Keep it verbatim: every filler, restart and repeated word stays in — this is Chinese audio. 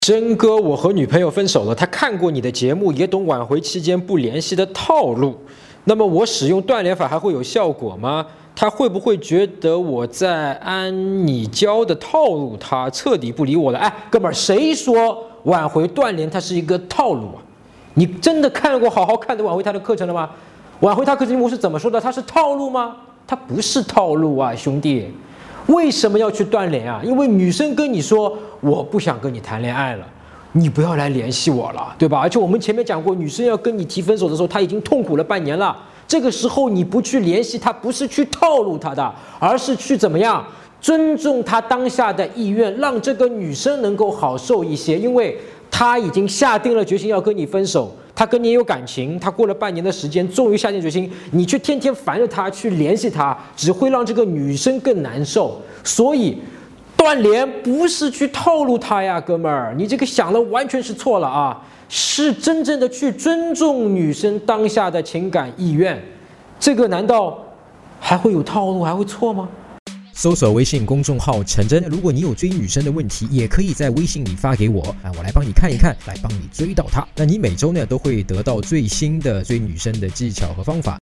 真哥，我和女朋友分手了。她看过你的节目，也懂挽回期间不联系的套路。那么我使用断联法还会有效果吗？她会不会觉得我在按你教的套路，她彻底不理我了？哎，哥们儿，谁说挽回断联它是一个套路啊？你真的看过好好看的挽回他的课程了吗？挽回他课程我是怎么说的？它是套路吗？它不是套路啊，兄弟。为什么要去断联啊？因为女生跟你说我不想跟你谈恋爱了，你不要来联系我了，对吧？而且我们前面讲过，女生要跟你提分手的时候，她已经痛苦了半年了。这个时候你不去联系她，不是去套路她的，而是去怎么样尊重她当下的意愿，让这个女生能够好受一些，因为她已经下定了决心要跟你分手。他跟你也有感情，他过了半年的时间，终于下定决心，你去天天烦着他，去联系他，只会让这个女生更难受。所以，断联不是去套路他呀，哥们儿，你这个想的完全是错了啊！是真正的去尊重女生当下的情感意愿，这个难道还会有套路，还会错吗？ 搜索微信公众号陈真，如果你有追女生的问题，也可以在微信里发给我啊，我来帮你看一看，来帮你追到她。那你每周呢都会得到最新的追女生的技巧和方法。